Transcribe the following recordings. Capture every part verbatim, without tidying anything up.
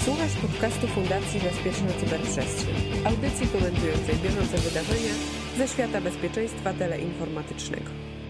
Słuchasz podcastu Fundacji Bezpieczna Cyberprzestrzeń, audycji komentującej bieżące wydarzenia ze świata bezpieczeństwa teleinformatycznego.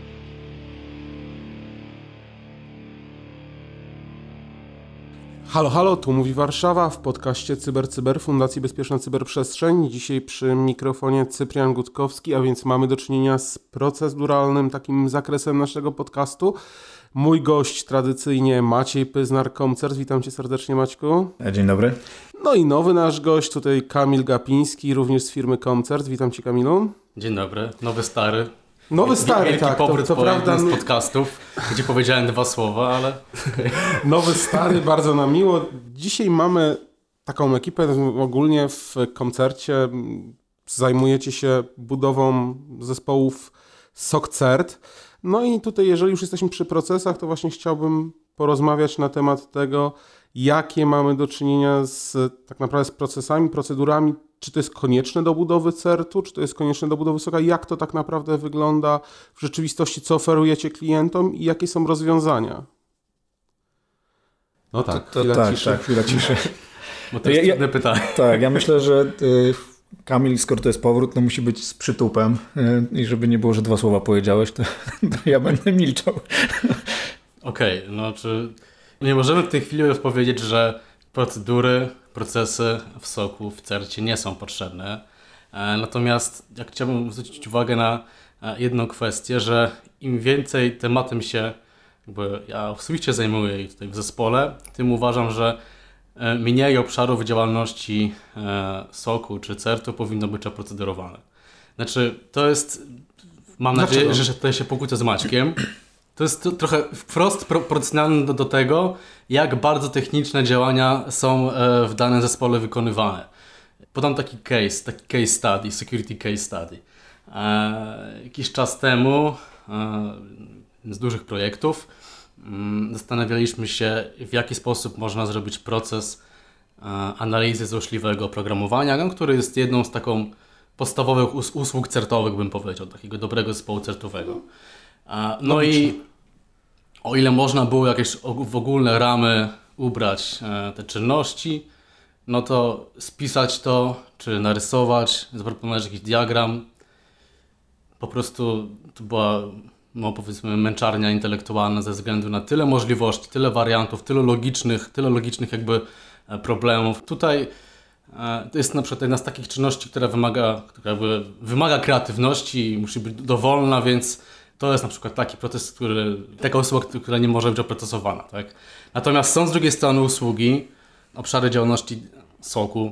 Halo, halo, tu mówi Warszawa w podcaście Cyber Cyber Fundacji Bezpieczna Cyberprzestrzeń. Dzisiaj przy mikrofonie Cyprian Gutkowski, a więc mamy do czynienia z proceduralnym takim zakresem naszego podcastu. Mój gość tradycyjnie Maciej Pyznar, Comcert. Witam Cię serdecznie, Maćku. Dzień dobry. No i nowy nasz gość, tutaj Kamil Gapiński, również z firmy Comcert. Witam Cię, Kamilu. Dzień dobry, nowy stary. Nowy stary, Wielki tak. powrót to, to po prawda. z podcastów, gdzie powiedziałem dwa słowa, ale... Nowy stary, bardzo nam miło. Dzisiaj mamy taką ekipę, ogólnie w Comcercie zajmujecie się budową zespołów SOCCERT. No i tutaj, jeżeli już jesteśmy przy procesach, to właśnie chciałbym porozmawiać na temat tego, jakie mamy do czynienia z tak naprawdę z procesami, procedurami. Czy to jest konieczne do budowy certu, czy to jest konieczne do budowy SOCa? Jak to tak naprawdę wygląda w rzeczywistości, co oferujecie klientom i jakie są rozwiązania? No tak, to, chwila tak, ciszy. tak, chwila ciszy. Bo to jest ja, trudne pytanie. Tak, ja myślę, że y, Kamil, skoro to jest powrót, to musi być z przytupem y, i żeby nie było, że dwa słowa powiedziałeś, to, to ja będę milczał. Okej, okay, no czy nie możemy w tej chwili powiedzieć, że procedury, procesy w soku, w cercie nie są potrzebne. E, natomiast ja chciałbym zwrócić uwagę na e, jedną kwestię, że im więcej tematem się jakby ja osobiście zajmuję i tutaj w zespole, tym uważam, że e, mniej obszarów działalności e, soku czy certu powinno być oprocedurowane. Znaczy, to jest, mam Dlaczego? nadzieję, że tutaj się pokłócę z Maćkiem. To jest to, trochę wprost pro, proporcjonalne do, do tego, jak bardzo techniczne działania są e, w danym zespole wykonywane. Podam taki case, taki case study, security case study. E, jakiś czas temu e, z dużych projektów m, zastanawialiśmy się, w jaki sposób można zrobić proces e, analizy złośliwego oprogramowania, no, który jest jedną z taką podstawowych us- usług certowych, bym powiedział, takiego dobrego zespołu certowego. No Logicznie. I o ile można było jakieś w ogólne ramy ubrać te czynności, no to spisać to, czy narysować, zaproponować jakiś diagram. Po prostu to była, no powiedzmy, męczarnia intelektualna ze względu na tyle możliwości, tyle wariantów, tyle logicznych, tyle logicznych jakby problemów. Tutaj to jest na przykład jedna z takich czynności, która wymaga, która jakby wymaga kreatywności i musi być dowolna, więc to jest na przykład taki proces, który, taka usługa, która nie może być oprocesowana. Tak? Natomiast są z drugiej strony usługi, obszary działalności soku,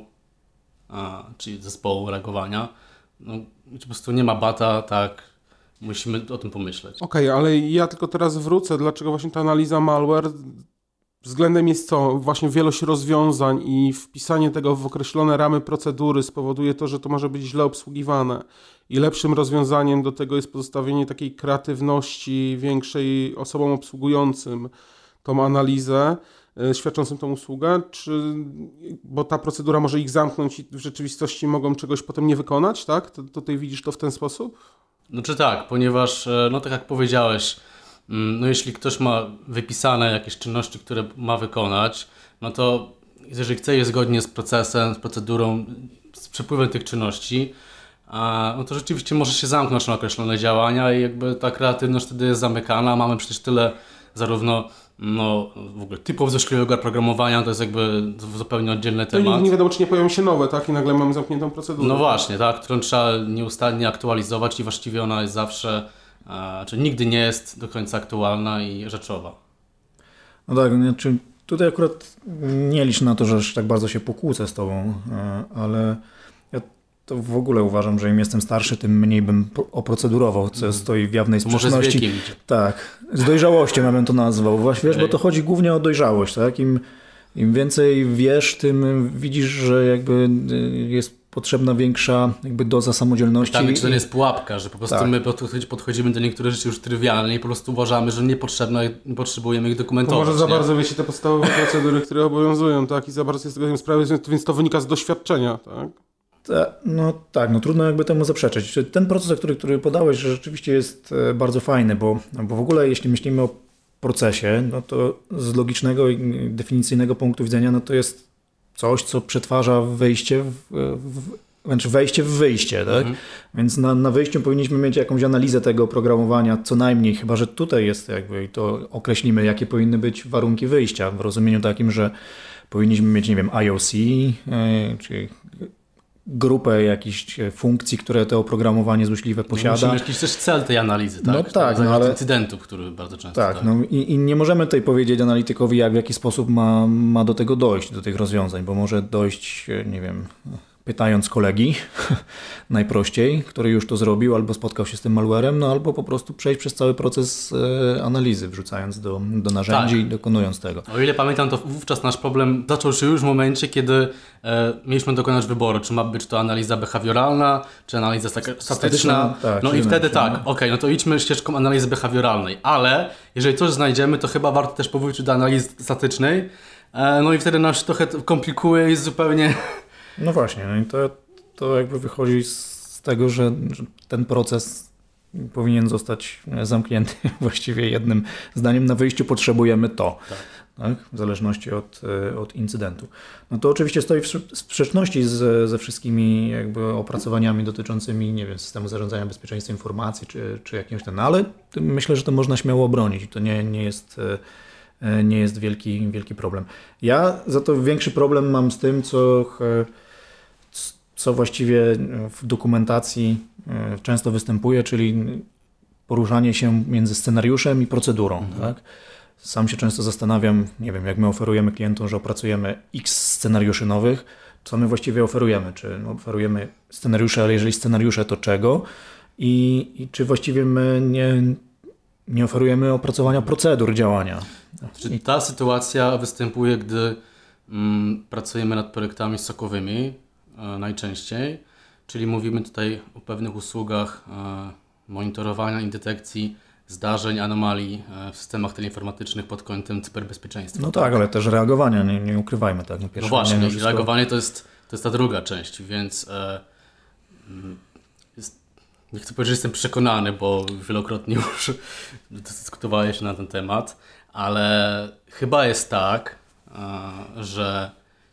a, czyli zespołu reagowania, no, po prostu nie ma bata, tak, musimy o tym pomyśleć. Okej, okay, ale ja tylko teraz wrócę, dlaczego właśnie ta analiza malware względem jest co? Właśnie wielość rozwiązań i wpisanie tego w określone ramy procedury spowoduje to, że to może być źle obsługiwane. I lepszym rozwiązaniem do tego jest pozostawienie takiej kreatywności większej osobom obsługującym tą analizę, yy, świadczącym tą usługę, czy, bo ta procedura może ich zamknąć i w rzeczywistości mogą czegoś potem nie wykonać, tak? To, tutaj widzisz to w ten sposób? No czy tak, ponieważ, no tak jak powiedziałeś, no jeśli ktoś ma wypisane jakieś czynności, które ma wykonać, no to jeżeli chce je zgodnie z procesem, z procedurą, z przepływem tych czynności, no to rzeczywiście może się zamknąć na określone działania i jakby ta kreatywność wtedy jest zamykana. Mamy przecież tyle zarówno no, w ogóle typów złośliwego oprogramowania, to jest jakby zupełnie oddzielny to temat. Nie wiadomo, czy nie pojawią się nowe, tak? I nagle mamy zamkniętą procedurę. No właśnie, tak, którą trzeba nieustannie aktualizować i właściwie ona jest zawsze, e, czy nigdy nie jest do końca aktualna i rzeczowa. No tak, znaczy tutaj akurat nie licz na to, że aż tak bardzo się pokłócę z tobą, ale ja to w ogóle uważam, że im jestem starszy, tym mniej bym oprocedurował, co stoi w jawnej sprzeczności. Może z wiekiem. Tak, z dojrzałością ja bym to nazwał. Właśnie, wiesz, bo to chodzi głównie o dojrzałość, tak? Im, im więcej wiesz, tym widzisz, że jakby jest potrzebna większa jakby doza samodzielności. Tak, czy to nie jest pułapka, że po prostu tak. my podchodzimy do niektórych rzeczy już trywialnie i po prostu uważamy, że niepotrzebne, nie potrzebujemy ich dokumentować. To może za nie? bardzo wiecie te podstawowe procedury, które obowiązują, tak? I za bardzo jest tego sprawy, więc to wynika z doświadczenia, tak? Ta, no tak, no trudno jakby temu zaprzeczyć. Ten proces, który, który podałeś, że rzeczywiście jest bardzo fajny, bo, bo w ogóle jeśli myślimy o procesie, no to z logicznego i definicyjnego punktu widzenia, no to jest coś, co przetwarza wejście w, w, znaczy wejście w wyjście, tak? Mhm. Więc na, na wyjściu powinniśmy mieć jakąś analizę tego oprogramowania, co najmniej, chyba że tutaj jest jakby i to określimy, jakie powinny być warunki wyjścia, w rozumieniu takim, że powinniśmy mieć, nie wiem, I O C, yy, czyli grupę jakichś funkcji, które to oprogramowanie złośliwe posiada. Musimy mieć jakiś też cel tej analizy, tak? No tak, no ale... incydentów, który bardzo często... Tak, tak. no i, i nie możemy tutaj powiedzieć analitykowi, jak w jaki sposób ma, ma do tego dojść, do tych rozwiązań, bo może dojść, nie wiem, pytając kolegi, najprościej, który już to zrobił, albo spotkał się z tym malwarem, no albo po prostu przejść przez cały proces e, analizy, wrzucając do, do narzędzi tak. i dokonując tego. O ile pamiętam, to wówczas nasz problem zaczął się już w momencie, kiedy e, mieliśmy dokonać wyboru, czy ma być to analiza behawioralna, czy analiza statyczna. statyczna tak, no i wtedy tak, okej, okay, no to idźmy ścieżką analizy behawioralnej, ale jeżeli coś znajdziemy, to chyba warto też powrócić do analizy statycznej, e, no i wtedy nam się trochę komplikuje i zupełnie... No właśnie, no i to, to jakby wychodzi z tego, że, że ten proces powinien zostać zamknięty właściwie jednym zdaniem. Na wyjściu potrzebujemy to, tak. Tak? W zależności od, od incydentu. No to oczywiście stoi w sprzeczności z, ze wszystkimi jakby opracowaniami dotyczącymi, nie wiem, systemu zarządzania bezpieczeństwem informacji czy, czy jakimś ten, ale myślę, że to można śmiało obronić. To nie, nie jest... nie jest wielki, wielki problem. Ja za to większy problem mam z tym, co, co właściwie w dokumentacji często występuje, czyli poruszanie się między scenariuszem i procedurą. Mhm. Tak? Sam się często zastanawiam, nie wiem, jak my oferujemy klientom, że opracujemy x scenariuszy nowych, co my właściwie oferujemy? Czy oferujemy scenariusze, ale jeżeli scenariusze, to czego? I, i czy właściwie my nie... nie oferujemy opracowania procedur działania. Czyli ta sytuacja występuje, gdy mm, pracujemy nad projektami sokowymi e, najczęściej, czyli mówimy tutaj o pewnych usługach e, monitorowania i detekcji zdarzeń, anomalii e, w systemach teleinformatycznych pod kątem cyberbezpieczeństwa. No tak, tak, ale też reagowania, nie, nie ukrywajmy. Tak, no właśnie, nie, reagowanie to jest, to jest ta druga część, więc e, jest Nie chcę powiedzieć, że jestem przekonany, bo wielokrotnie już dyskutowałeś na ten temat, ale chyba jest tak, że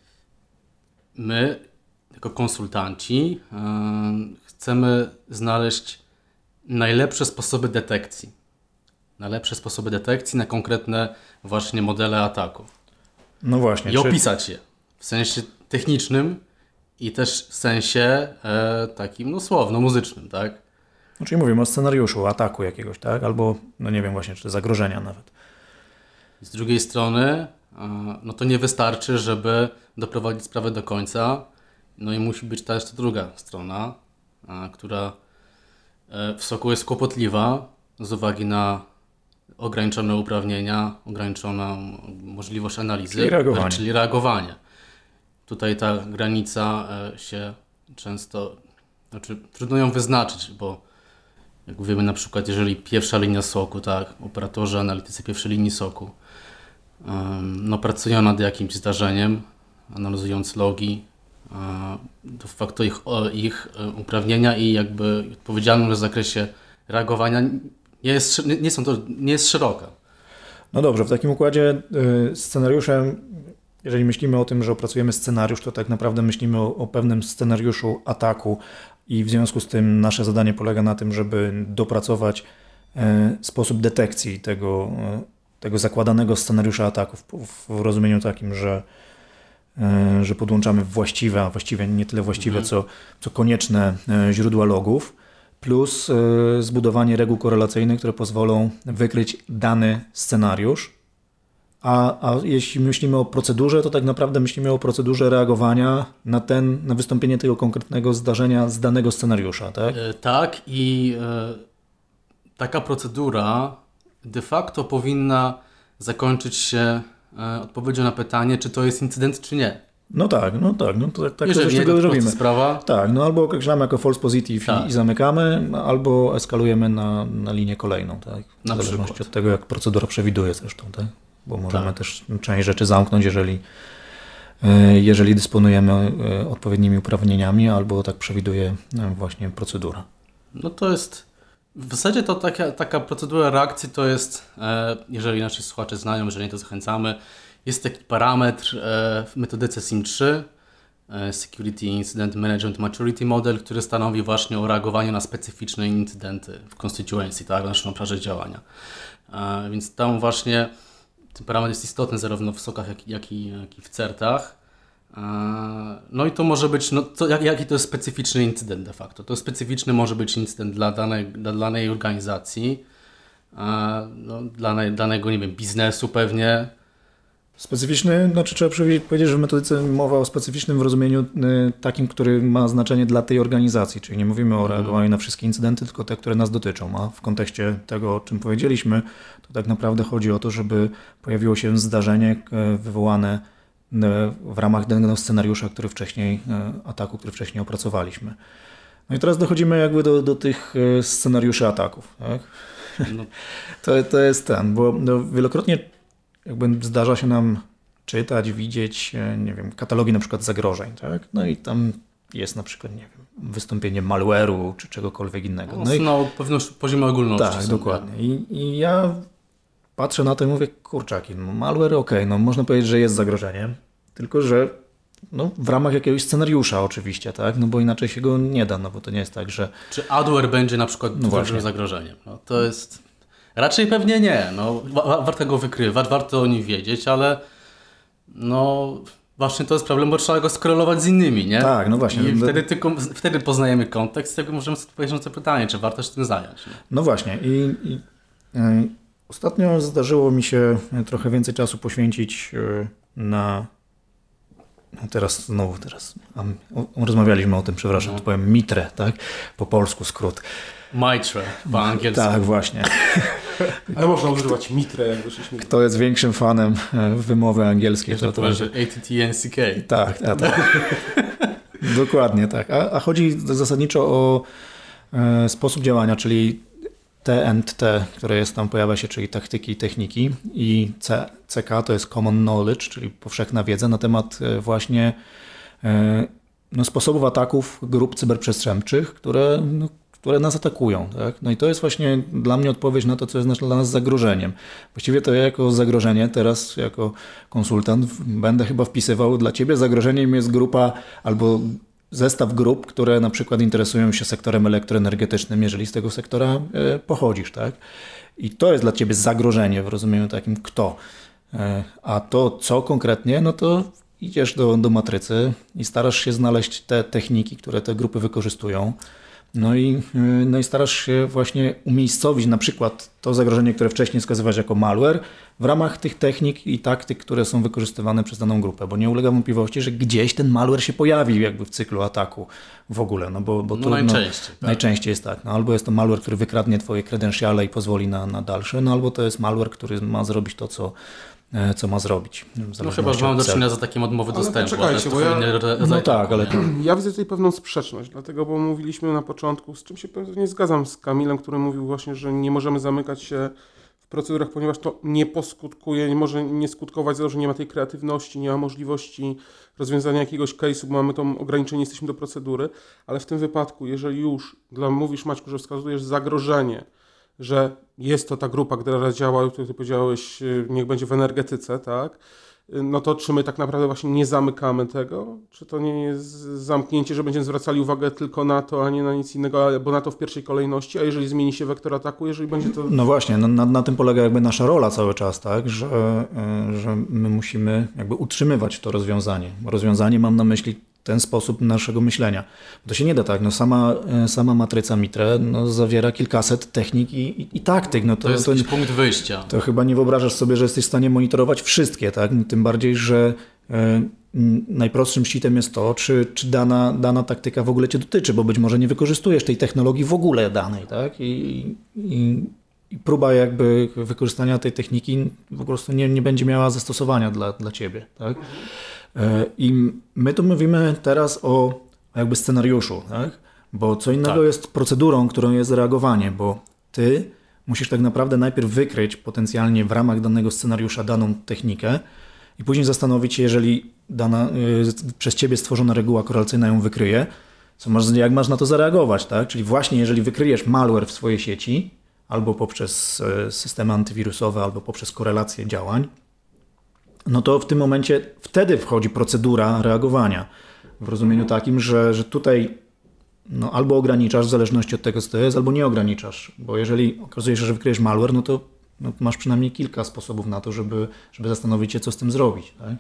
my jako konsultanci chcemy znaleźć najlepsze sposoby detekcji. Najlepsze sposoby detekcji na konkretne właśnie modele ataku. No właśnie. I czy... opisać je w sensie technicznym i też w sensie e, takim no słowno-muzycznym, tak? No, czyli mówimy o scenariuszu ataku jakiegoś, tak? Albo, no nie wiem właśnie, czy zagrożenia nawet. Z drugiej strony, e, no to nie wystarczy, żeby doprowadzić sprawę do końca. No i musi być też ta druga strona, e, która e, w soku jest kłopotliwa z uwagi na ograniczone uprawnienia, ograniczoną możliwość analizy, czyli reagowanie. Czyli reagowanie. Tutaj ta granica się często, znaczy trudno ją wyznaczyć, bo jak mówimy na przykład, jeżeli pierwsza linia soku, tak, operatorzy, analitycy pierwszej linii soku um, no, pracują nad jakimś zdarzeniem, analizując logi, um, to w faktu ich, ich uprawnienia i jakby odpowiedzialność w zakresie reagowania nie jest, nie są to, nie jest szeroka. No dobrze, w takim układzie y, scenariuszem, jeżeli myślimy o tym, że opracujemy scenariusz, to tak naprawdę myślimy o, o pewnym scenariuszu ataku i w związku z tym nasze zadanie polega na tym, żeby dopracować y, sposób detekcji tego, y, tego zakładanego scenariusza ataku w, w rozumieniu takim, że, y, że podłączamy właściwe, a właściwie nie tyle właściwe, mhm. co, co konieczne y, źródła logów, plus y, zbudowanie reguł korelacyjnych, które pozwolą wykryć dany scenariusz. A, a jeśli myślimy o procedurze, to tak naprawdę myślimy o procedurze reagowania na, ten, na wystąpienie tego konkretnego zdarzenia z danego scenariusza. Tak, e, tak i e, taka procedura de facto powinna zakończyć się e, odpowiedzią na pytanie, czy to jest incydent, czy nie. No tak, no tak, no to tak Jeżeli to nie, to robimy. Sprawa. Tak, no albo określamy jako false positive tak. i, i zamykamy, albo eskalujemy na, na linię kolejną, tak? W na zależności przykład. od tego, jak procedura przewiduje zresztą, tak? Bo możemy tak. też część rzeczy zamknąć, jeżeli, jeżeli dysponujemy odpowiednimi uprawnieniami, albo tak przewiduje właśnie procedura. No to jest, w zasadzie to taka, taka procedura reakcji to jest, jeżeli nasi słuchacze znają, jeżeli nie, to zachęcamy, jest taki parametr w metodyce S I M trzy, Security Incident Management Maturity Model, który stanowi właśnie o reagowaniu na specyficzne incydenty w constituency, tak, w naszym obszarze działania. Więc tam właśnie ten parametr jest istotny zarówno w sokach, jak, jak, i, jak i w certach. No i to może być, no to, jak, jaki to jest specyficzny incydent de facto. To specyficzny może być incydent dla danej, dla danej organizacji, no, dla danego, nie wiem, biznesu pewnie. Specyficzny, znaczy trzeba powiedzieć, że w metodyce mowa o specyficznym w rozumieniu takim, który ma znaczenie dla tej organizacji, czyli nie mówimy o reagowaniu na wszystkie incydenty, tylko te, które nas dotyczą, a w kontekście tego, o czym powiedzieliśmy, to tak naprawdę chodzi o to, żeby pojawiło się zdarzenie wywołane w ramach danego scenariusza, który wcześniej, ataku, który wcześniej opracowaliśmy. No i teraz dochodzimy jakby do, do tych scenariuszy ataków. Tak? No. To, to jest ten, bo no, wielokrotnie jakby zdarza się nam czytać, widzieć, nie wiem, katalogi na przykład zagrożeń, tak? No i tam jest na przykład, nie wiem, wystąpienie malware'u czy czegokolwiek innego. No, no i na pewnym poziomie ogólności. Tak, dokładnie. I, I ja patrzę na to i mówię, kurczaki, no malware okej, okay, no można powiedzieć, że jest zagrożeniem, tylko że no, w ramach jakiegoś scenariusza oczywiście, tak? No bo inaczej się go nie da, no bo to nie jest tak, że... Czy adware będzie na przykład no dużym zagrożeniem? No to jest... Raczej pewnie nie. No, wa- warto go wykrywać, warto o nim wiedzieć, ale no właśnie to jest problem, bo trzeba go skorelować z innymi, nie? Tak, no właśnie. I wtedy, tylko, wtedy poznajemy kontekst, z tego możemy sobie odpowiedzieć na to pytanie, czy warto się tym zająć. Nie? No właśnie. I, i y, ostatnio zdarzyło mi się trochę więcej czasu poświęcić y, na... No teraz znowu, teraz um, o, rozmawialiśmy o tym, przepraszam, no. To powiem mitre, tak? Po polsku skrót. Mitre, po angielsku. Tak, właśnie. Ale można używać mitre, jak wyszliśmy. Kto jest większym fanem wymowy angielskiej? To to że A T T N C K. Tak, tak. tak. Dokładnie tak. A, a chodzi zasadniczo o e, sposób działania, czyli T N T, które jest tam, pojawia się, czyli taktyki i techniki, i C, CK to jest Common Knowledge, czyli powszechna wiedza na temat właśnie e, no, sposobów ataków grup cyberprzestępczych, które, no, które nas atakują. Tak? No i to jest właśnie dla mnie odpowiedź na to, co jest dla nas zagrożeniem. Właściwie to ja jako zagrożenie teraz, jako konsultant, będę chyba wpisywał, dla ciebie zagrożeniem jest grupa albo zestaw grup, które na przykład interesują się sektorem elektroenergetycznym, jeżeli z tego sektora e, pochodzisz, tak? I to jest dla ciebie zagrożenie w rozumieniu takim kto. E, a to co konkretnie, no to idziesz do, do matrycy i starasz się znaleźć te techniki, które te grupy wykorzystują. No i, no i starasz się właśnie umiejscowić na przykład to zagrożenie, które wcześniej wskazywałeś jako malware, w ramach tych technik i taktyk, które są wykorzystywane przez daną grupę, bo nie ulega wątpliwości, że gdzieś ten malware się pojawił jakby w cyklu ataku w ogóle. No bo, bo no trudno, najczęściej. Tak. Najczęściej jest tak. No albo jest to malware, który wykradnie twoje kredensiale i pozwoli na, na dalsze, no albo to jest malware, który ma zrobić to, co co ma zrobić. No chyba, że mamy do czynienia z takim odmowy ale dostępu. Poczekajcie, bo ja... No tak, ale... Ja widzę tutaj pewną sprzeczność, dlatego, bo mówiliśmy na początku, z czym się pewnie zgadzam z Kamilem, który mówił właśnie, że nie możemy zamykać się w procedurach, ponieważ to nie poskutkuje, nie może nie skutkować, za to, że nie ma tej kreatywności, nie ma możliwości rozwiązania jakiegoś case'u, bo mamy to ograniczenie, jesteśmy do procedury, ale w tym wypadku, jeżeli już dla, mówisz, Maćku, że wskazujesz zagrożenie, że jest to ta grupa, która działa, jak ty powiedziałeś, niech będzie w energetyce, tak? No to czy my tak naprawdę właśnie nie zamykamy tego? Czy to nie jest zamknięcie, że będziemy zwracali uwagę tylko na to, a nie na nic innego, bo na to w pierwszej kolejności, a jeżeli zmieni się wektor ataku, jeżeli będzie to... No właśnie, no, na, na tym polega jakby nasza rola cały czas, tak? Że, że my musimy jakby utrzymywać to rozwiązanie. Rozwiązanie mam na myśli ten sposób naszego myślenia. To się nie da tak. No sama, sama matryca Mitre no, zawiera kilkaset technik i, i, i taktyk. No to, to jest to, jakiś punkt wyjścia. To chyba nie wyobrażasz sobie, że jesteś w stanie monitorować wszystkie. Tak? Tym bardziej, że e, najprostszym szczytem jest to, czy, czy dana, dana taktyka w ogóle cię dotyczy, bo być może nie wykorzystujesz tej technologii w ogóle danej. Tak? I, i, i próba jakby wykorzystania tej techniki po prostu nie, nie będzie miała zastosowania dla, dla ciebie. Tak? I my tu mówimy teraz o jakby scenariuszu, tak? Bo co innego tak. jest procedurą, którą jest reagowanie, bo ty musisz tak naprawdę najpierw wykryć potencjalnie w ramach danego scenariusza daną technikę i później zastanowić się, jeżeli dana y, przez ciebie stworzona reguła korelacyjna ją wykryje, co masz, jak masz na to zareagować, tak? Czyli właśnie jeżeli wykryjesz malware w swojej sieci albo poprzez y, systemy antywirusowe, albo poprzez korelację działań, no to w tym momencie wtedy wchodzi procedura reagowania. W rozumieniu takim, że, że tutaj no, albo ograniczasz w zależności od tego, co to jest, albo nie ograniczasz. Bo jeżeli okazuje się, że wykryjesz malware, no to no, masz przynajmniej kilka sposobów na to, żeby, żeby zastanowić się, co z tym zrobić. Tak?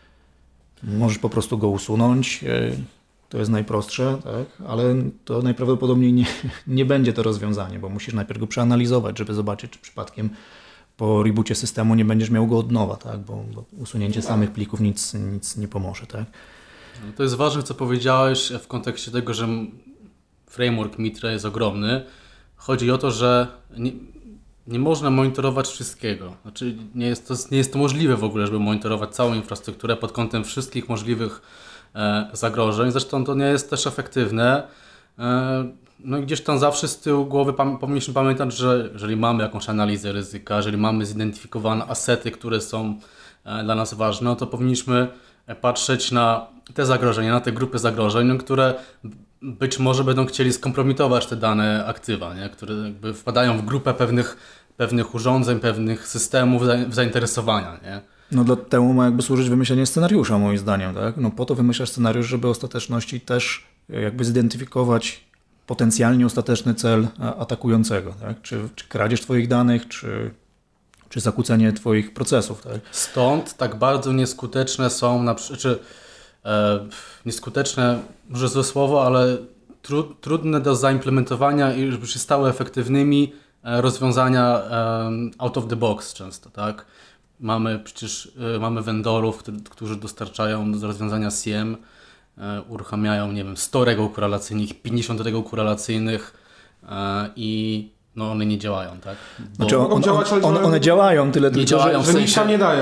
Możesz po prostu go usunąć, to jest najprostsze, tak? Ale to najprawdopodobniej nie, nie będzie to rozwiązanie, bo musisz najpierw go przeanalizować, żeby zobaczyć, czy przypadkiem po reboocie systemu nie będziesz miał go od nowa, tak? Bo, bo usunięcie samych plików nic, nic nie pomoże. Tak? To jest ważne, co powiedziałeś w kontekście tego, że framework Mitre jest ogromny. Chodzi o to, że nie, nie można monitorować wszystkiego. Znaczy nie jest, to, nie jest to możliwe w ogóle, żeby monitorować całą infrastrukturę pod kątem wszystkich możliwych e, zagrożeń. Zresztą to nie jest też efektywne. E, no i gdzieś tam zawsze z tyłu głowy pam- powinniśmy pamiętać, że jeżeli mamy jakąś analizę ryzyka, jeżeli mamy zidentyfikowane asety, które są e, dla nas ważne, no to powinniśmy patrzeć na te zagrożenia, na te grupy zagrożeń, które być może będą chcieli skompromitować te dane aktywa, nie? Które jakby wpadają w grupę pewnych, pewnych urządzeń, pewnych systemów zainteresowania. Nie? No do temu ma jakby służyć wymyślenie scenariusza, moim zdaniem. Tak? No po to wymyślasz scenariusz, żeby w ostateczności też jakby zidentyfikować potencjalnie ostateczny cel atakującego. Tak? Czy, czy kradzież twoich danych, czy, czy zakłócenie twoich procesów. Tak? Stąd tak bardzo nieskuteczne są, na przykład, czy e, nieskuteczne, może złe słowo, ale tru, trudne do zaimplementowania i żeby się stały efektywnymi e, rozwiązania e, out of the box często, tak? Mamy przecież e, mamy vendorów, którzy, którzy dostarczają do rozwiązania C I E M, e, uruchamiają, nie wiem, sto reguł korelacyjnych, pięćdziesiąt reguł korelacyjnych e, i no one nie działają, tak? Bo Znaczy on, on, on, one, one działają, tyle tylko, działają, że, że nic tam nie dają.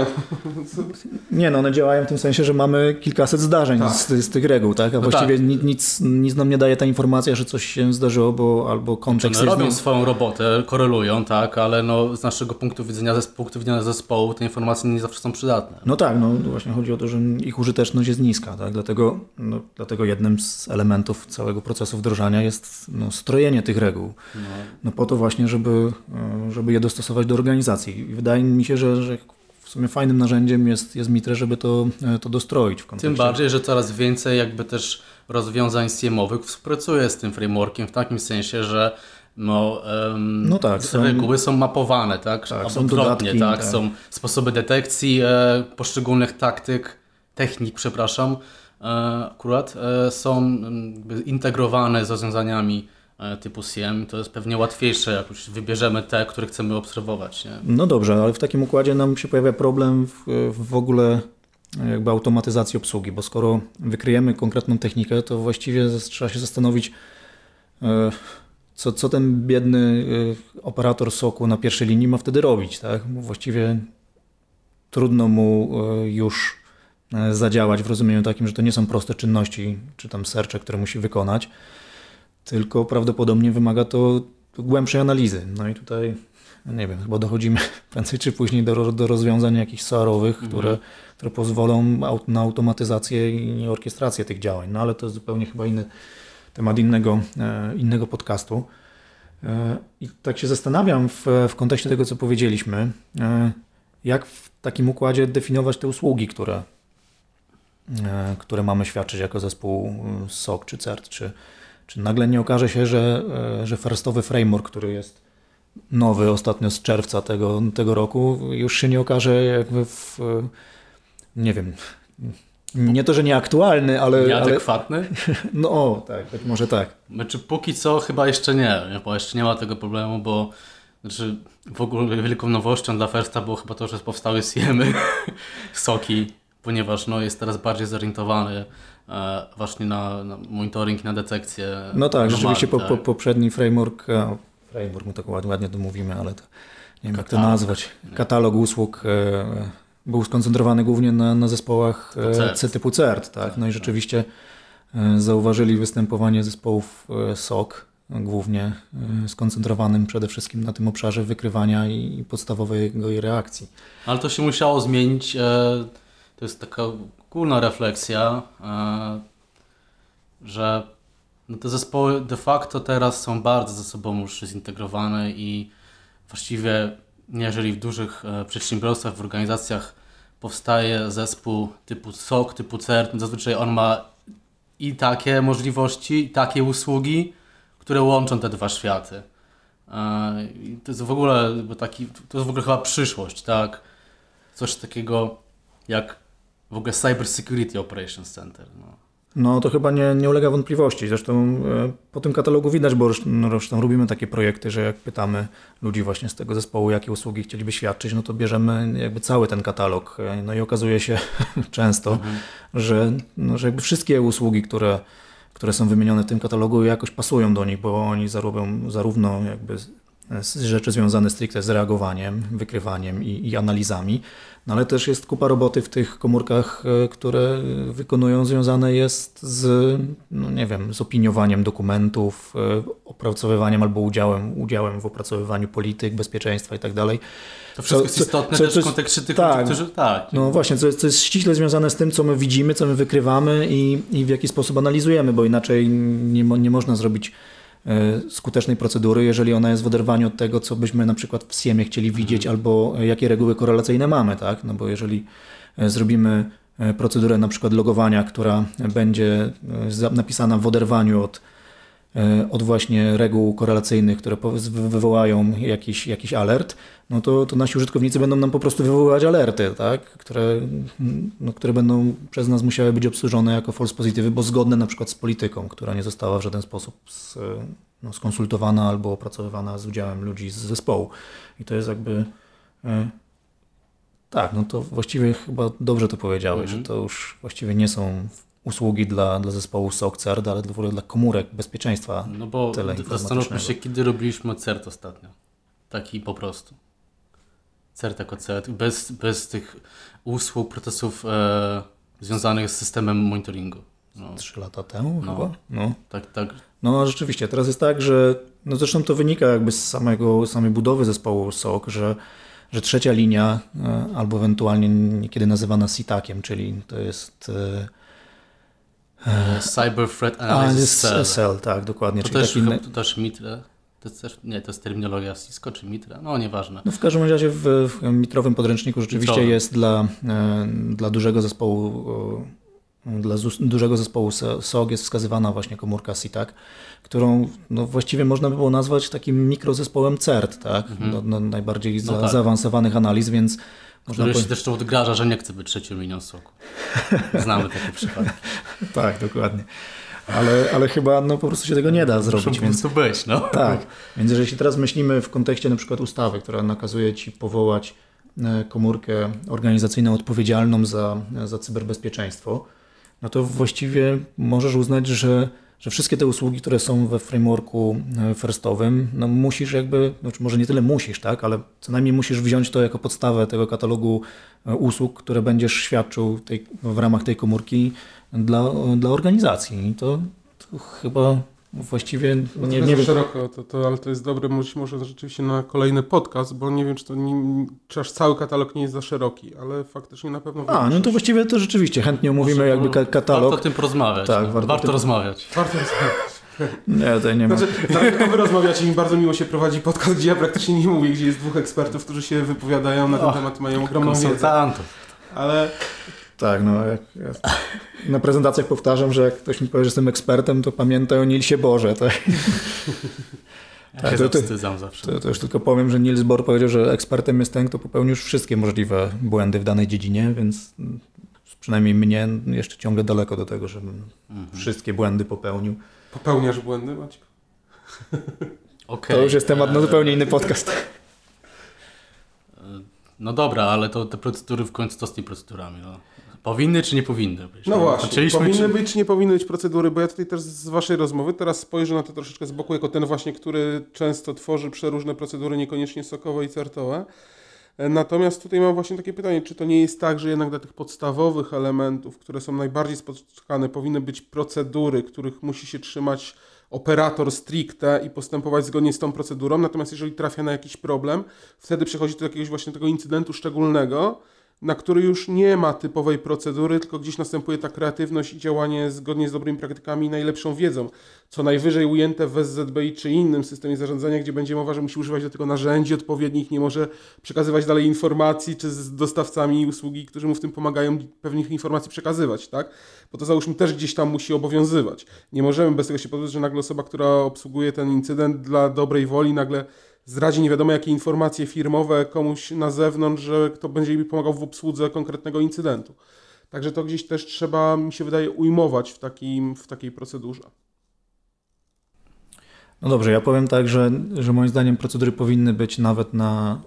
Nie, no one działają w tym sensie, że mamy kilkaset zdarzeń tak. z, z tych reguł, tak? A no właściwie tak. Nic, nic, nic nam nie daje ta informacja, że coś się zdarzyło, bo albo kontekst One jest... robią swoją robotę, korelują, tak, ale no, z naszego punktu widzenia, z punktu widzenia zespołu te informacje nie zawsze są przydatne. No tak, no właśnie chodzi o to, że ich użyteczność jest niska, tak? Dlatego, no, dlatego jednym z elementów całego procesu wdrożenia jest no, strojenie tych reguł. No. no po to właśnie, żeby, żeby je dostosować do organizacji. I wydaje mi się, że, że w sumie fajnym narzędziem jest, jest Mitre, żeby to, to dostroić w kontekście. Tym bardziej, że coraz więcej jakby też rozwiązań C I E M-owych współpracuje z tym frameworkiem w takim sensie, że no, um, no tak, są, reguły są mapowane, tak? tak są dodatki, tak? tak? Są sposoby detekcji e, poszczególnych taktyk, technik, przepraszam, e, akurat e, są jakby integrowane z rozwiązaniami e, typu C I E M. To jest pewnie łatwiejsze, jak już wybierzemy te, które chcemy obserwować. Nie? No dobrze, ale w takim układzie nam się pojawia problem w, w ogóle jakby automatyzacji obsługi, bo skoro wykryjemy konkretną technikę, to właściwie trzeba się zastanowić, e, Co, co ten biedny y, operator soku na pierwszej linii ma wtedy robić, tak? Bo właściwie trudno mu y, już y, zadziałać w rozumieniu takim, że to nie są proste czynności, czy tam sercze, które musi wykonać, tylko prawdopodobnie wymaga to głębszej analizy. No i tutaj, nie wiem, chyba dochodzimy prędzej czy później do, do rozwiązań jakichś S A R-owych, mhm. które, które pozwolą aut, na automatyzację i orkiestrację tych działań. No ale to jest zupełnie chyba inny temat innego, innego podcastu. I tak się zastanawiam w, w kontekście tego, co powiedzieliśmy, jak w takim układzie definiować te usługi, które, które mamy świadczyć jako zespół S O C czy C E R T, czy, czy nagle nie okaże się, że, że firstowy framework, który jest nowy ostatnio z czerwca tego, tego roku, już się nie okaże jakby w, nie wiem, nie to, że nieaktualny, ale... Nieadekwatny? Ale, no o, tak, być może tak. Znaczy póki co chyba jeszcze nie, bo jeszcze nie ma tego problemu, bo znaczy, w ogóle wielką nowością dla Firsta było chyba to, że powstały C I E M-y, soki, ponieważ no, jest teraz bardziej zorientowany e, właśnie na, na monitoring i na detekcję. No tak, rzeczywiście po, tak. po, poprzedni framework, e, framework, my tak ładnie, ładnie to mówimy, ale to nie wiem Katalog. jak to nazwać, katalog usług e, był skoncentrowany głównie na, na zespołach C typu C E R T, tak? No i rzeczywiście zauważyli występowanie zespołów S O C, głównie skoncentrowanym przede wszystkim na tym obszarze wykrywania i podstawowego jej reakcji. Ale to się musiało zmienić. To jest taka ogólna refleksja, że te zespoły de facto teraz są bardzo ze sobą już zintegrowane i właściwie jeżeli w dużych przedsiębiorstwach, w organizacjach powstaje zespół typu S O C, typu C E R T, zazwyczaj on ma i takie możliwości, i takie usługi, które łączą te dwa światy. I to jest w ogóle taki, to jest w ogóle chyba przyszłość, tak? Coś takiego jak w ogóle Cyber Security Operations Center. No, no to chyba nie, nie ulega wątpliwości. Zresztą e, po tym katalogu widać, bo no, zresztą robimy takie projekty, że jak pytamy ludzi właśnie z tego zespołu, jakie usługi chcieliby świadczyć, no to bierzemy jakby cały ten katalog. No i okazuje się często, mhm. że, no, że jakby wszystkie usługi, które które są wymienione w tym katalogu, jakoś pasują do nich, bo oni zarobią zarówno jakby rzeczy związane stricte z reagowaniem, wykrywaniem i, i analizami, no ale też jest kupa roboty w tych komórkach, które wykonują, związane jest z, no nie wiem, z opiniowaniem dokumentów, opracowywaniem albo udziałem, udziałem w opracowywaniu polityk, bezpieczeństwa i tak dalej. To wszystko jest istotne co, też w kontekście tych tak, ludzi, którzy... Tak. No właśnie, co jest, co jest ściśle związane z tym, co my widzimy, co my wykrywamy i, i w jaki sposób analizujemy, bo inaczej nie, nie można zrobić y, skutecznej procedury, jeżeli ona jest w oderwaniu od tego, co byśmy na przykład w siemie chcieli widzieć, mhm. albo jakie reguły korelacyjne mamy, tak? No bo jeżeli y, zrobimy y, procedurę na przykład logowania, która będzie y, napisana w oderwaniu od od właśnie reguł korelacyjnych, które wywołają jakiś, jakiś alert, no to, to nasi użytkownicy będą nam po prostu wywoływać alerty, tak? które, no, które będą przez nas musiały być obsłużone jako false positive, bo zgodne na przykład z polityką, która nie została w żaden sposób z, no, skonsultowana albo opracowywana z udziałem ludzi z zespołu. I to jest jakby... E, tak, no to właściwie chyba dobrze to powiedziałeś, mhm. że to już właściwie nie są usługi dla, dla zespołu S O C, C E R T, ale w ogóle dla komórek bezpieczeństwa. No bo zastanówmy się, kiedy robiliśmy C E R T ostatnio. Taki po prostu. C E R T jako C E R T, bez, bez tych usług, procesów e, związanych z systemem monitoringu. No. Trzy lata temu no. chyba? No. Tak, tak. No rzeczywiście, teraz jest tak, że no zresztą to wynika jakby z samego, samej budowy zespołu S O C, że że trzecia linia, e, albo ewentualnie niekiedy nazywana C I T A C-iem, czyli to jest e, Cyber Threat Analysis Cell. Cell, tak, dokładnie. To, czyli też, taki... to też Mitre? To jest też, nie, to jest terminologia Cisco czy Mitre? No nieważne. No w każdym razie w, w mitrowym podręczniku rzeczywiście Mitrowym. jest dla, e, dla dużego zespołu e, dla z, dużego zespołu S O C jest wskazywana właśnie komórka C I T A C, którą no, właściwie można by było nazwać takim mikrozespołem C E R T, tak? Mhm. Do, do najbardziej no za, tak. zaawansowanych analiz, więc który się zresztą odgraża, że nie chce być trzecią linią S O C. Znamy takie przypadki. Tak, dokładnie. Ale, ale chyba no, po prostu się tego nie da zrobić. Muszą więc, po prostu być, no. Tak, więc jeżeli się teraz myślimy w kontekście na przykład ustawy, która nakazuje Ci powołać komórkę organizacyjną odpowiedzialną za, za cyberbezpieczeństwo, no to właściwie możesz uznać, że że wszystkie te usługi, które są we frameworku firstowym, no musisz jakby, znaczy może nie tyle musisz, tak, ale co najmniej musisz wziąć to jako podstawę tego katalogu usług, które będziesz świadczył tej, w ramach tej komórki dla, dla organizacji. I to, to chyba właściwie no nie, nie nie wiem. Szeroko, to, to, ale to jest dobre, być może rzeczywiście na kolejny podcast, bo nie wiem, czy to nie, czy aż cały katalog nie jest za szeroki, ale faktycznie na pewno... A, no to właściwie to rzeczywiście chętnie omówimy może, jakby katalog. Warto o tym porozmawiać. Tak, no. warto, warto tym... rozmawiać. Warto rozmawiać. Nie, to nie ma. Znaczy, dlatego wy rozmawiacie i mi bardzo miło się prowadzi podcast, gdzie ja praktycznie nie mówię, gdzie jest dwóch ekspertów, którzy się wypowiadają na ten oh, temat, mają ogromną wiedzę. Ale... Tak, no jak ja na prezentacjach powtarzam, że jak ktoś mi powie, że jestem ekspertem, to pamiętaj o Nielsie Bohrze. Tak? Ja tak, się to, to, zawsze. To, to już tylko powiem, że Niels Bohr powiedział, że ekspertem jest ten, kto popełnił już wszystkie możliwe błędy w danej dziedzinie, więc przynajmniej mnie jeszcze ciągle daleko do tego, żebym mhm. wszystkie błędy popełnił. Popełniasz błędy, Maciek? Okay. To już jest temat na zupełnie inny podcast. No dobra, ale to te procedury w końcu to z tymi procedurami. No. Powinny czy nie powinny być? No właśnie, Zaczęliśmy, powinny czy... być czy nie powinny być procedury, bo ja tutaj też z waszej rozmowy teraz spojrzę na to troszeczkę z boku, jako ten właśnie, który często tworzy przeróżne procedury, niekoniecznie sokowe i certowe. Natomiast tutaj mam właśnie takie pytanie, czy to nie jest tak, że jednak dla tych podstawowych elementów, które są najbardziej spotykane, powinny być procedury, których musi się trzymać operator stricte i postępować zgodnie z tą procedurą, natomiast jeżeli trafia na jakiś problem, wtedy przechodzi do jakiegoś właśnie tego incydentu szczególnego, na który już nie ma typowej procedury, tylko gdzieś następuje ta kreatywność i działanie zgodnie z dobrymi praktykami i najlepszą wiedzą. Co najwyżej ujęte w S Z B I czy innym systemie zarządzania, gdzie będzie mowa, że musi używać do tego narzędzi odpowiednich, nie może przekazywać dalej informacji, czy z dostawcami usługi, którzy mu w tym pomagają, pewnych informacji przekazywać, tak? Bo to załóżmy też gdzieś tam musi obowiązywać. Nie możemy bez tego się pozbyć, że nagle osoba, która obsługuje ten incydent dla dobrej woli, nagle zdradzi nie wiadomo jakie informacje firmowe komuś na zewnątrz, że kto będzie mi pomagał w obsłudze konkretnego incydentu. Także to gdzieś też trzeba, mi się wydaje, ujmować w, takim, w takiej procedurze. No dobrze, ja powiem tak, że, że moim zdaniem procedury powinny być nawet na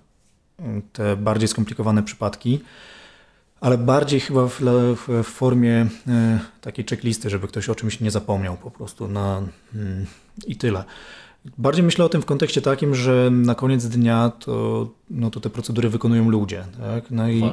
te bardziej skomplikowane przypadki, ale bardziej chyba w, w formie e, takiej checklisty, żeby ktoś o czymś nie zapomniał po prostu na, mm, i tyle. Bardziej myślę o tym w kontekście takim, że na koniec dnia to, no to te procedury wykonują ludzie. Tak? No i,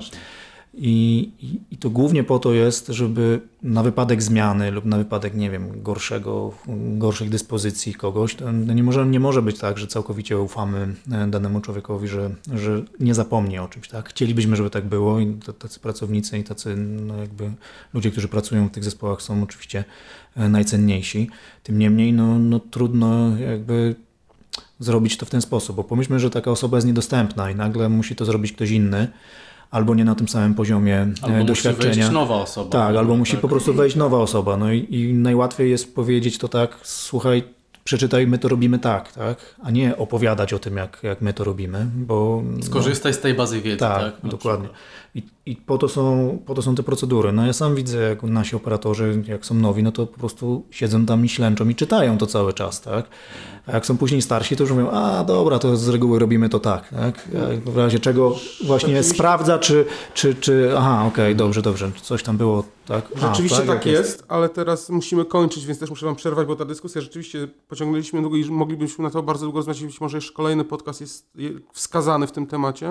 i, i, i to głównie po to jest, żeby na wypadek zmiany lub na wypadek, nie wiem, gorszego, gorszych dyspozycji kogoś, to nie może, nie może być tak, że całkowicie ufamy danemu człowiekowi, że, że nie zapomni o czymś. Tak? Chcielibyśmy, żeby tak było i tacy pracownicy i tacy no jakby ludzie, którzy pracują w tych zespołach są oczywiście najcenniejsi. Tym niemniej no, no trudno jakby zrobić to w ten sposób, bo pomyślmy, że taka osoba jest niedostępna i nagle musi to zrobić ktoś inny, albo nie na tym samym poziomie albo doświadczenia. Musi wejść nowa osoba. Tak, albo musi tak. po prostu wejść nowa osoba. No i, i najłatwiej jest powiedzieć to tak, słuchaj, przeczytaj, my to robimy tak, tak, a nie opowiadać o tym, jak, jak my to robimy, bo... Skorzystaj no, z tej bazy wiedzy, tak? Tak, dokładnie. I, I po to są, po to są te procedury. No ja sam widzę, jak nasi operatorzy, jak są nowi, no to po prostu siedzą tam i ślęczą i czytają to cały czas, tak? A jak są później starsi, to już mówią, a dobra, to z reguły robimy to tak, tak? A w razie czego właśnie sprawdza, czy, czy, czy aha, okej, okay, dobrze, dobrze, coś tam było, tak? A, rzeczywiście tak, tak jest, jest, ale teraz musimy kończyć, więc też muszę wam przerwać, bo ta dyskusja rzeczywiście pociągnęliśmy długo i moglibyśmy na to bardzo długo rozmawiać. Być może jeszcze kolejny podcast jest wskazany w tym temacie.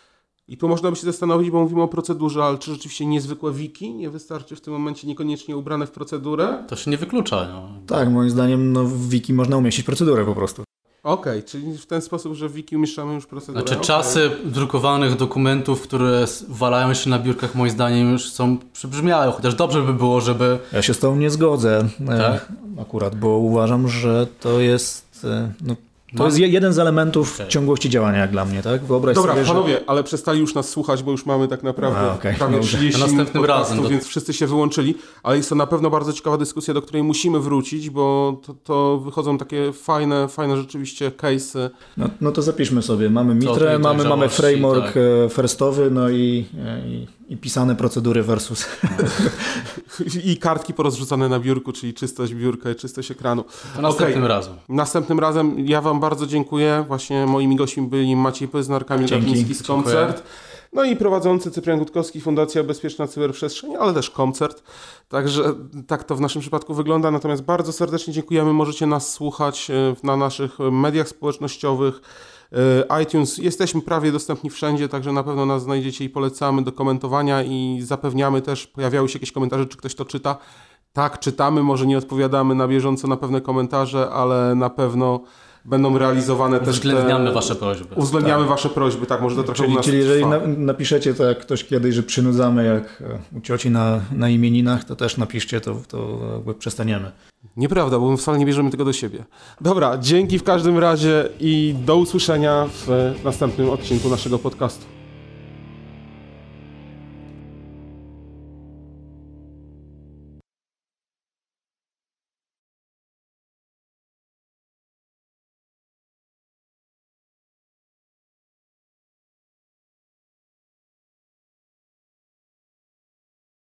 I tu można by się zastanowić, bo mówimy o procedurze, ale czy rzeczywiście niezwykłe wiki nie wystarczy w tym momencie niekoniecznie ubrane w procedurę? To się nie wyklucza. No. Tak, moim zdaniem no, w wiki można umieścić procedurę po prostu. Okej, okay, czyli w ten sposób, że w wiki umieszczamy już procedurę. Znaczy okay. czasy drukowanych dokumentów, które walają się na biurkach, moim zdaniem już są przybrzmiałe, chociaż dobrze by było, żeby... Ja się z tą nie zgodzę tak? akurat, bo uważam, że to jest... No, To no. jest jeden z elementów okay. ciągłości działania, jak dla mnie, tak? Wyobraź Dobra, sobie, panowie, że... ale przestali już nas słuchać, bo już mamy tak naprawdę A, okay. prawie trzydzieści następnym podcastów, razem, to... więc wszyscy się wyłączyli, ale jest to na pewno bardzo ciekawa dyskusja, do której musimy wrócić, bo to, to wychodzą takie fajne, fajne rzeczywiście case'y. No, no to zapiszmy sobie. Mamy Mitrę, mamy, mamy framework tak. firstowy, no i, i, i pisane procedury versus... I kartki porozrzucane na biurku, czyli czystość biurka i czystość ekranu. To następnym okay. razem. Następnym razem ja wam bardzo dziękuję. Właśnie moimi gośćmi byli Maciej Pyznar, Kamil Gapiński z Koncert. No i prowadzący Cyprian Gutkowski, Fundacja Bezpieczna Cyberprzestrzeń, ale też Koncert. Także tak to w naszym przypadku wygląda. Natomiast bardzo serdecznie dziękujemy. Możecie nas słuchać na naszych mediach społecznościowych. iTunes. Jesteśmy prawie dostępni wszędzie, także na pewno nas znajdziecie i polecamy do komentowania i zapewniamy też, pojawiały się jakieś komentarze, czy ktoś to czyta. Tak, czytamy, może nie odpowiadamy na bieżąco na pewne komentarze, ale na pewno będą realizowane też te... Uwzględniamy wasze prośby. Uwzględniamy tak. wasze prośby, tak, może to trochę Czyli, u nas czyli jeżeli trwa. na, napiszecie to jak ktoś kiedyś, że przynudzamy jak u cioci na, na imieninach, to też napiszcie, to, to jakby przestaniemy. Nieprawda, bo my wcale nie bierzemy tego do siebie. Dobra, dzięki w każdym razie i do usłyszenia w następnym odcinku naszego podcastu.